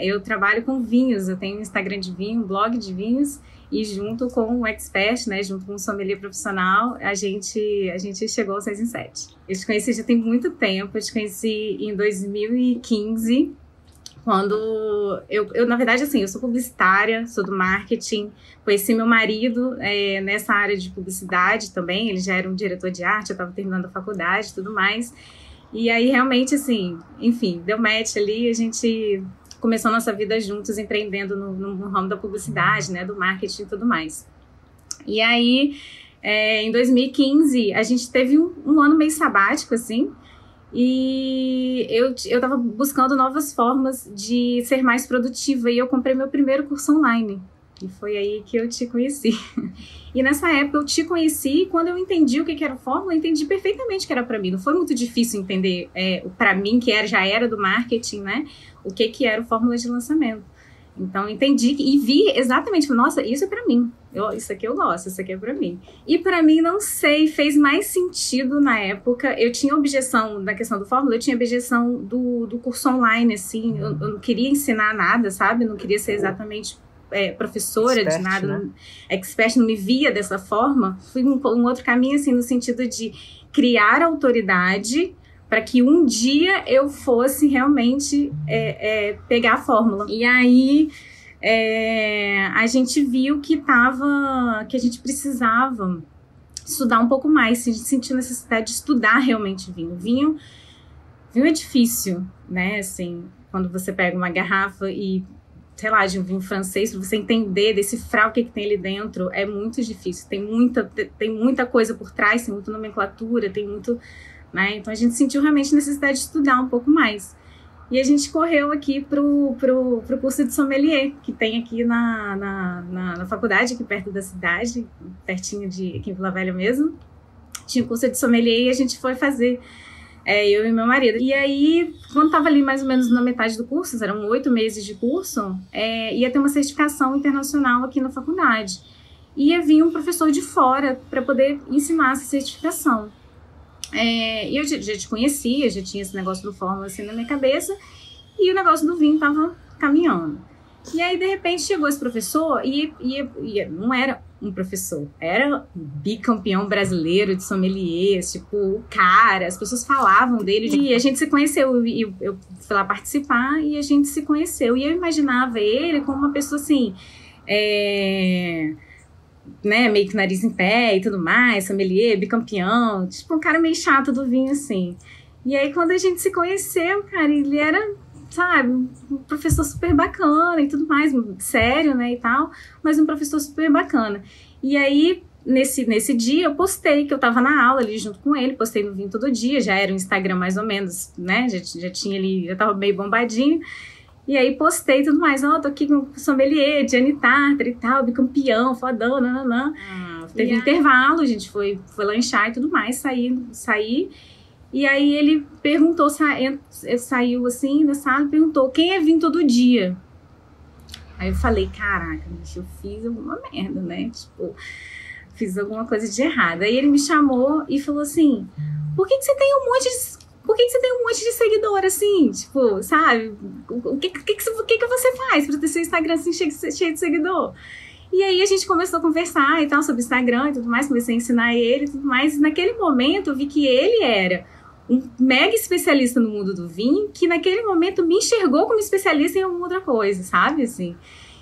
Eu trabalho com vinhos, eu tenho um Instagram de vinho, um blog de vinhos, e junto com o Expert, né, junto com o sommelier profissional, a gente chegou ao 6 em 7. Eu te conheci já tem muito tempo, eu te conheci em 2015, quando eu na verdade, assim, eu sou publicitária, sou do marketing, conheci meu marido nessa área de publicidade também, ele já era um diretor de arte, eu estava terminando a faculdade e tudo mais, e aí realmente, assim, enfim, deu match ali, a gente começou a nossa vida juntos, empreendendo no ramo da publicidade, né, do marketing e tudo mais. E aí, em 2015, a gente teve um ano meio sabático, assim, e eu tava buscando novas formas de ser mais produtiva, e eu comprei meu primeiro curso online, e foi aí que eu te conheci. E nessa época eu te conheci, e quando eu entendi o que era fórmula, eu entendi perfeitamente que era para mim. Não foi muito difícil entender para mim, que já era do marketing, né? O que era o fórmula de lançamento. Então, entendi e vi exatamente, nossa, isso é para mim. Isso aqui eu gosto, isso aqui é para mim. E para mim, não sei, fez mais sentido na época. Eu tinha objeção na questão do fórmula, eu tinha objeção do curso online, assim. Eu não queria ensinar nada, sabe? Não queria ser exatamente professora expert, de nada, né? Expert, não me via dessa forma. Fui um outro caminho, assim, no sentido de criar autoridade para que um dia eu fosse realmente pegar a fórmula. E aí a gente viu que a gente precisava estudar um pouco mais, a gente sentiu necessidade de estudar realmente vinho. Vinho é difícil, né? Assim, quando você pega uma garrafa e, sei lá, de um vinho francês, para você entender, decifrar o que tem ali dentro, é muito difícil. Tem muita coisa por trás, tem muita nomenclatura, tem muito... Né? Então a gente sentiu realmente necessidade de estudar um pouco mais. E a gente correu aqui pro curso de sommelier, que tem aqui na faculdade, aqui perto da cidade, pertinho aqui em Vila Velha mesmo. Tinha curso de sommelier e a gente foi fazer, eu e meu marido. E aí, quando estava ali mais ou menos na metade do curso, eram 8 meses de curso, ia ter uma certificação internacional aqui na faculdade. Ia vir um professor de fora para poder ensinar essa certificação. E eu já te conhecia, já tinha esse negócio do fórmula assim na minha cabeça, e o negócio do vinho tava caminhando. E aí, de repente, chegou esse professor, e não era um professor, era um bicampeão brasileiro de sommeliers, tipo, o cara, as pessoas falavam dele, e a gente se conheceu, e eu fui lá participar, e a gente se conheceu, e eu imaginava ele como uma pessoa assim, né, meio que nariz em pé e tudo mais, sommelier, bicampeão, tipo um cara meio chato do vinho, assim. E aí, quando a gente se conheceu, cara, ele era, sabe, um professor super bacana e tudo mais, sério, né, e tal, mas um professor super bacana. E aí, nesse dia, eu postei que eu tava na aula ali junto com ele, postei no Vinho Todo Dia, já era um Instagram mais ou menos, né, já tinha ali, já tava meio bombadinho. E aí postei e tudo mais, tô aqui com o sommelier, Gianni Tartar e tal, bicampeão, fodão, nananã. Teve intervalo, a gente foi lanchar e tudo mais, saí. E aí ele perguntou, saiu assim da sala e perguntou, quem é Vinho Todo Dia? Aí eu falei, caraca, bicho, eu fiz alguma merda, né? Tipo, fiz alguma coisa de errado. Aí ele me chamou e falou assim, por que você tem um monte de seguidor, assim, tipo, sabe? O que você faz pra ter seu Instagram assim cheio de seguidor? E aí a gente começou a conversar e tal sobre Instagram e tudo mais, comecei a ensinar ele e tudo mais. E naquele momento eu vi que ele era um mega especialista no mundo do vinho, que naquele momento me enxergou como especialista em alguma outra coisa, sabe, assim?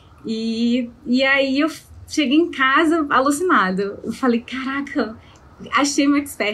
E aí eu cheguei em casa alucinada. Eu falei, caraca... Achei meu expert,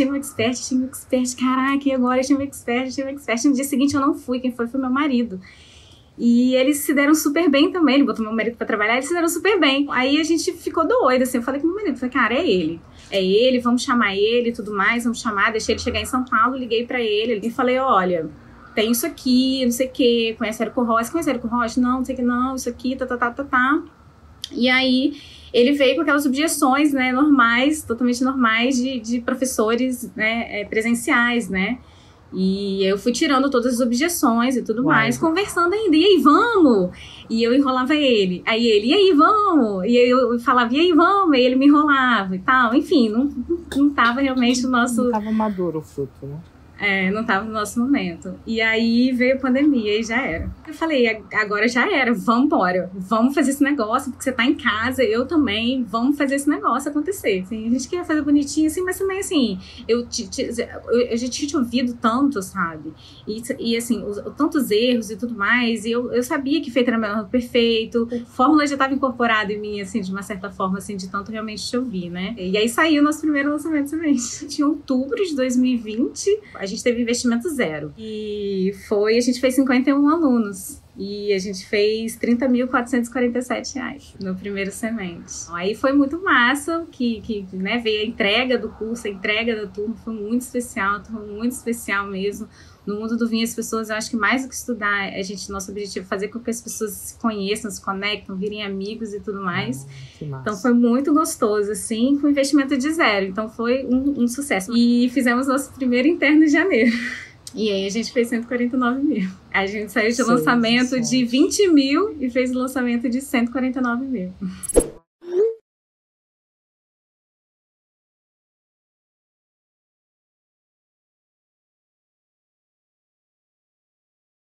caraca, e agora achei meu expert. No dia seguinte eu não fui, quem foi meu marido. E eles se deram super bem também, ele botou meu marido pra trabalhar, eles se deram super bem. Aí a gente ficou doida, assim, eu falei com meu marido, cara, é ele, vamos chamar ele e tudo mais, deixei ele chegar em São Paulo, liguei pra ele e falei, olha, tem isso aqui, não sei o que, conhece Érico Rocha? Não, não sei o que, não, isso aqui, tá. E aí... ele veio com aquelas objeções, né, normais, totalmente normais de professores, né, presenciais, né? E eu fui tirando todas as objeções e tudo mais, conversando ainda, e aí, vamos? E eu enrolava ele. Aí ele, e aí, vamos? E eu falava, e aí, vamos? E ele me enrolava e tal. Enfim, não tava realmente o nosso... Não tava maduro o fruto, né? Não tava no nosso momento. E aí veio a pandemia e já era. Eu falei, agora já era, vamos embora. Vamos fazer esse negócio, porque você tá em casa, eu também, vamos fazer esse negócio acontecer. Assim, a gente quer fazer bonitinho, assim, mas também, assim, eu já tinha ouvido tanto, sabe? E assim, tantos erros e tudo mais, e eu sabia que feito era melhor do perfeito, a fórmula já estava incorporada em mim, assim, de uma certa forma, assim, de tanto realmente te ouvir, né? E aí saiu o nosso primeiro lançamento também. Em outubro de 2020, a gente teve investimento zero. E a gente fez 51 alunos. E a gente fez R$30.447 no primeiro semestre. Aí foi muito massa, né, veio a entrega do curso, a entrega da turma, foi muito especial mesmo. No mundo do vinho, as pessoas, eu acho que mais do que estudar, nosso objetivo é fazer com que as pessoas se conheçam, se conectam, virem amigos e tudo mais. Então foi muito gostoso, assim, com investimento de zero. Então foi um sucesso. E fizemos nosso primeiro interno em janeiro. E aí a gente fez 149 mil. A gente saiu de lançamento de 20 mil e fez o lançamento de 149 mil.